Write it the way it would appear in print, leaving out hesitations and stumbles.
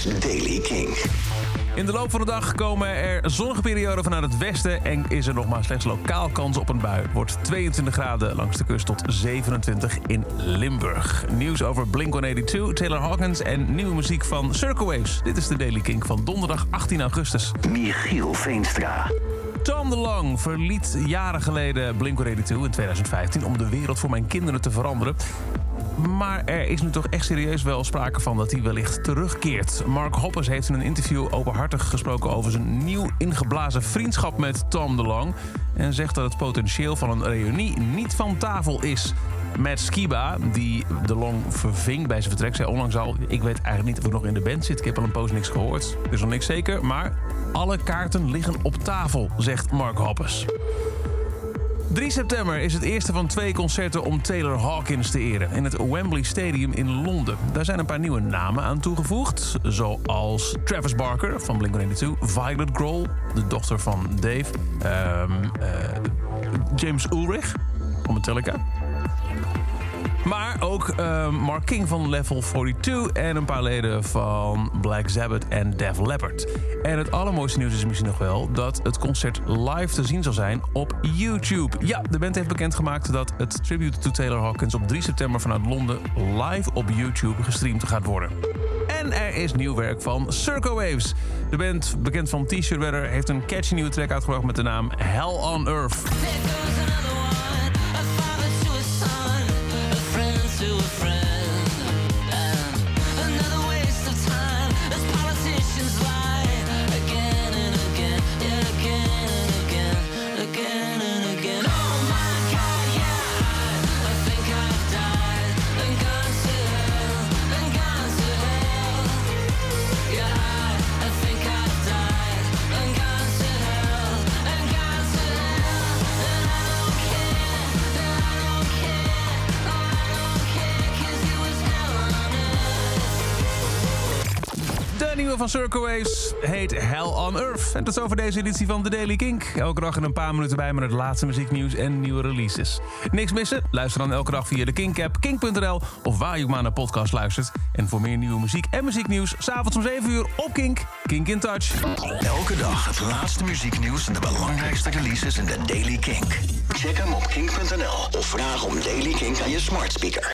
Daily King. In de loop van de dag komen er zonnige perioden vanuit het westen en is er nog maar slechts lokaal kans op een bui. Het wordt 22 graden langs de kust tot 27 in Limburg. Nieuws over Blink-182, Taylor Hawkins en nieuwe muziek van Circle Waves. Dit is de Daily King van donderdag 18 augustus. Michiel Veenstra. Tom DeLonge verliet jaren geleden Blink-182 in 2015 om de wereld voor mijn kinderen te veranderen. Maar er is nu toch echt serieus wel sprake van dat hij wellicht terugkeert. Mark Hoppus heeft in een interview openhartig gesproken over zijn nieuw ingeblazen vriendschap met Tom DeLonge en zegt dat het potentieel van een reunie niet van tafel is. Matt Skiba, die DeLonge verving bij zijn vertrek, zei onlangs al: ik weet eigenlijk niet of ik nog in de band zit. Ik heb al een poos niks gehoord. Er is nog niks zeker, maar alle kaarten liggen op tafel, zegt Mark Hoppus. 3 september is het eerste van 2 concerten om Taylor Hawkins te eren in het Wembley Stadium in Londen. Daar zijn een paar nieuwe namen aan toegevoegd, zoals Travis Barker van Blink-182, Violet Grohl, de dochter van Dave, James Ulrich van Metallica. Maar ook Mark King van Level 42 en een paar leden van Black Sabbath en Def Leppard. En het allermooiste nieuws is misschien nog wel dat het concert live te zien zal zijn op YouTube. Ja, de band heeft bekendgemaakt dat het Tribute to Taylor Hawkins op 3 september vanuit Londen live op YouTube gestreamd gaat worden. En er is nieuw werk van Circle Waves. De band, bekend van T-Shirt Weather, heeft een catchy nieuwe track uitgebracht met de naam Hell on Earth. De nieuwe van Circle Waves heet Hell on Earth. En tot over deze editie van The Daily Kink. Elke dag in een paar minuten bij met het laatste muzieknieuws en nieuwe releases. Niks missen? Luister dan elke dag via de Kink-app, kink.nl of waar je ook maar naar podcast luistert. En voor meer nieuwe muziek en muzieknieuws, 's avonds om 7 uur op Kink. Kink in Touch. Elke dag het laatste muzieknieuws en de belangrijkste releases in de Daily Kink. Check hem op kink.nl of vraag om Daily Kink aan je smart speaker.